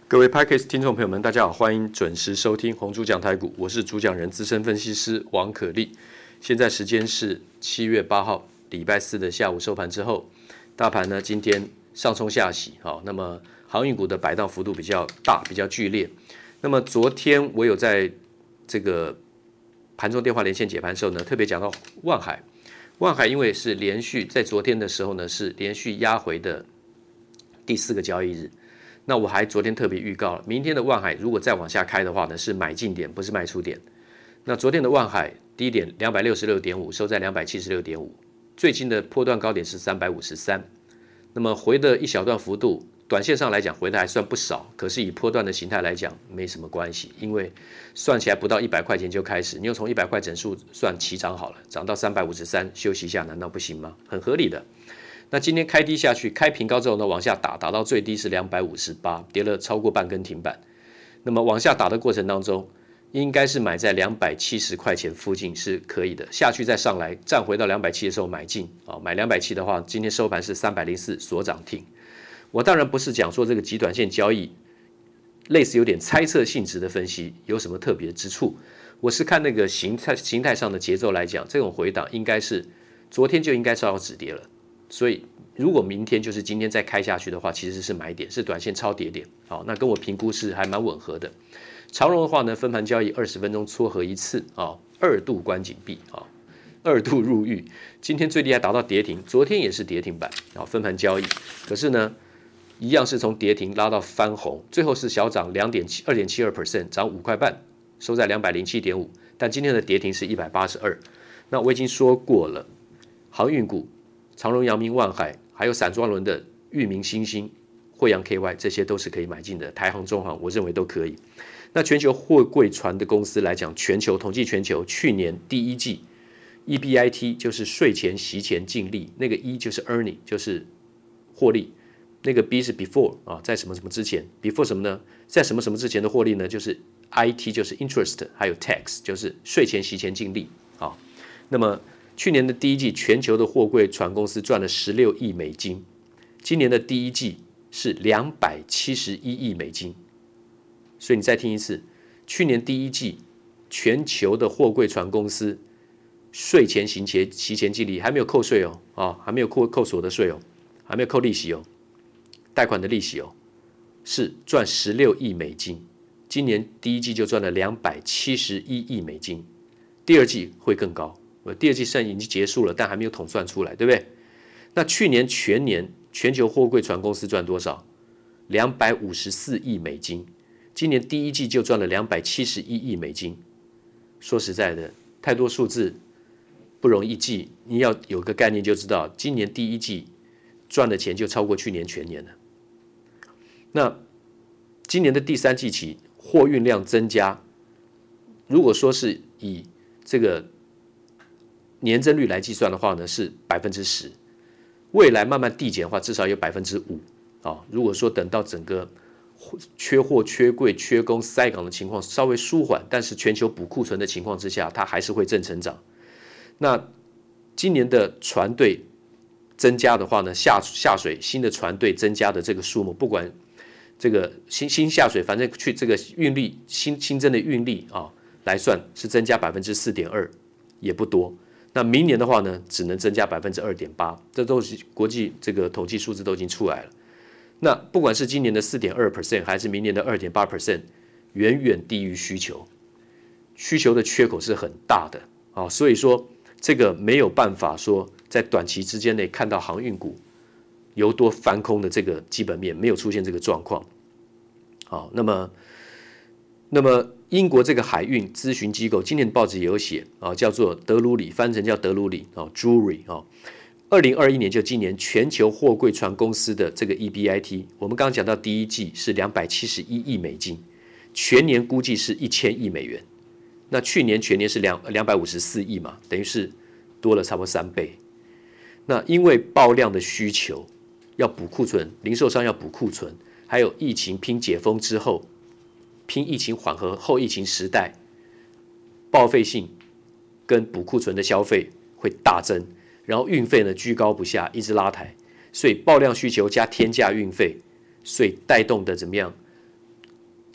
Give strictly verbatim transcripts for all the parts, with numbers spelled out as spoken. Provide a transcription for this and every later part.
各位 Podcast 听众朋友们，大家好，欢迎准时收听红猪讲台股，我是主讲人资深分析师王可立。现在时间是七月八号礼拜四的下午收盘之后，大盘呢今天上冲下洗，好，那么航运股的摆荡幅度比较大，比较剧烈。那么昨天我有在这个盘中电话连线解盘的时候呢，特别讲到万海，万海因为是连续在昨天的时候呢是连续压回的第四个交易日。那我还昨天特别预告了，明天的万海如果再往下开的话呢，是买进点，不是卖出点。那昨天的万海低点两百六十六点五，收在两百七十六点五，最近的波段高点是三百五十三。那么回的一小段幅度，短线上来讲回的还算不少，可是以波段的形态来讲没什么关系，因为算起来不到一百块钱就开始，你又从一百块整数算起涨好了，涨到三百五十三，休息一下难道不行吗？很合理的。那今天开低下去，开平高之后呢，往下打，打到最低是两百五十八，跌了超过半根停板。那么往下打的过程当中，应该是买在两百七十块钱附近是可以的，下去再上来，站回到两百七的时候买进啊，买两百七的话，今天收盘是三百零四，锁涨停。我当然不是讲说这个极短线交易，类似有点猜测性质的分析有什么特别之处，我是看那个形态形态上的节奏来讲，这种回档应该是昨天就应该稍要止跌了。所以，如果明天就是今天再开下去的话，其实是买点，是短线超跌点。好，那跟我评估是还蛮吻合的。长荣的话呢，分盘交易二十分钟撮合一次啊，二度关紧闭啊，二度入狱。今天最低还达到跌停，昨天也是跌停板啊，分盘交易。可是呢，一样是从跌停拉到翻红，最后是小涨两点七二点七二 percent， 涨五块半，收在两百零七点五。但今天的跌停是一百八十二。那我已经说过了，航运股。长荣、阳明、万海，还有散装轮的裕民、新兴、惠阳 K Y， 这些都是可以买进的。台航、中航，我认为都可以。那全球货柜船的公司来讲，全球统计全球去年第一季 E B I T 就是税前、息前净利，那个 E 就是 earning 就是获利，那个 B 是 before 啊，在什么什么之前 ，before 什么呢？在什么什么之前的获利呢？就是 I T 就是 interest， 还有 tax 就是税前、息前净利啊。那么去年的第一季，全球的货柜船公司赚了十六亿美金，今年的第一季是两百七十一亿美金。所以你再听一次，去年第一季全球的货柜船公司税前、息前、息前净利还没有扣税哦，啊，还没有扣扣所得税哦，还没有扣利息哦，贷款的利息哦，是赚十六亿美金。今年第一季就赚了两百七十一亿美金，第二季会更高。第二季虽然已经结束了，但还没有统算出来，对不对？那去年全年全球货柜船公司赚多少？两百五十四亿美金。今年第一季就赚了两百七十一亿美金。说实在的，太多数字不容易记，你要有个概念就知道，今年第一季赚的钱就超过去年全年了。那今年的第三季起，货运量增加，如果说是以这个年增率来计算的话呢，是百分之十。未来慢慢递减的话，至少有百分之五啊。如果说等到整个缺货、缺柜、缺工、塞港的情况稍微舒缓，但是全球补库存的情况之下，它还是会正成长。那今年的船队增加的话呢，下下水新的船队增加的这个数目，不管这个新新下水，反正去这个运力新新增的运力啊来算，是增加百分之四点二，也不多。那明年的话呢，只能增加百分之二点八，这都是国际这个统计数字都已经出来了。那不管是今年的四点二 percent 还是明年的二点八 percent， 远远低于需求，需求的缺口是很大的啊，所以说这个没有办法说在短期之间内看到航运股由多翻空的这个基本面没有出现这个状况。好，那么那么。英国这个海运咨询机构，今年报纸也有写啊，叫做德鲁里，翻成叫德鲁里啊 ，Drury 啊。二零二一年就今年全球货柜船公司的这个 E B I T， 我们刚刚讲到第一季是两百七十一亿美金，全年估计是一千亿美元。那去年全年是两两百五十四亿嘛，等于是多了差不多三倍。那因为爆量的需求，要补库存，零售商要补库存，还有疫情拼解封之后。拼疫情缓和后疫情时代，报废性跟补库存的消费会大增，然后运费呢居高不下，一直拉抬，所以爆量需求加天价运费，所以带动的怎么样？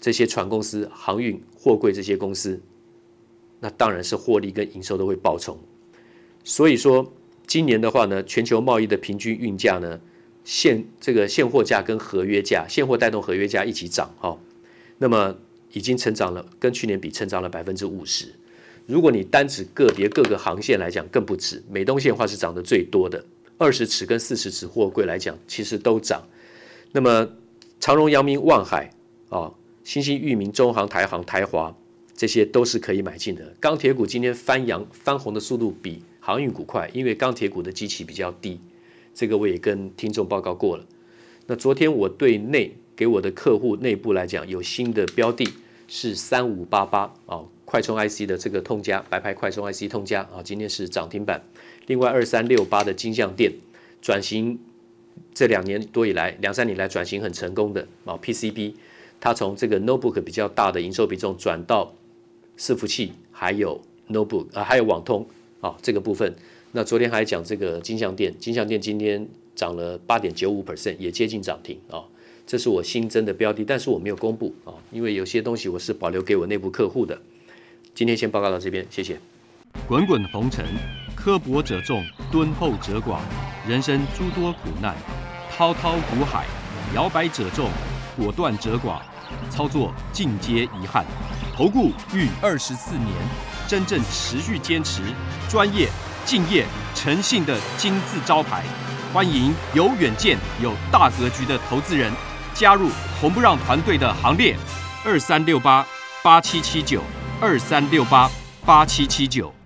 这些船公司、航运、货柜这些公司，那当然是获利跟营收都会爆冲。所以说，今年的话呢，全球贸易的平均运价呢，现这个现货价跟合约价，现货带动合约价一起涨哈、哦，那么已经成长了，跟去年比成长了百分之五十。如果你单指个别各个航线来讲，更不止。美东线的话是涨得最多的，二十尺跟四十尺货柜来讲，其实都涨。那么长荣、阳明、万海啊、哦，新兴、裕民、中航、台航、台华，这些都是可以买进的。钢铁股今天翻阳翻红的速度比航运股快，因为钢铁股的基期比较低，这个我也跟听众报告过了。那昨天我对内给我的客户内部来讲，有新的标的是三五八八啊。快充 I C 的这个通家，白牌快充 I C 通家啊，今天是涨停板。另外二三六八的金像电转型，这两年多以来，两三年来转型很成功的啊 P C B， 它从这个 notebook 比较大的营收比重转到伺服器，还有 notebook 啊，还有网通啊这个部分。那昨天还讲这个金像电，金像电今天涨了 百分之八点九五， 也接近涨停啊。这是我新增的标的，但是我没有公布啊，因为有些东西我是保留给我内部客户的。今天先报告到这边，谢谢。 滚滚红尘，刻薄者众，敦厚者寡；人生诸多苦难，滔滔苦海，摇摆者众，果断者寡。操作尽皆遗憾。投顾逾二十四年，真正持续坚持、专业、敬业、诚信的金字招牌。欢迎有远见、有大格局的投资人加入红不让团队的行列。二三六八八七七九。二三六八八七七九。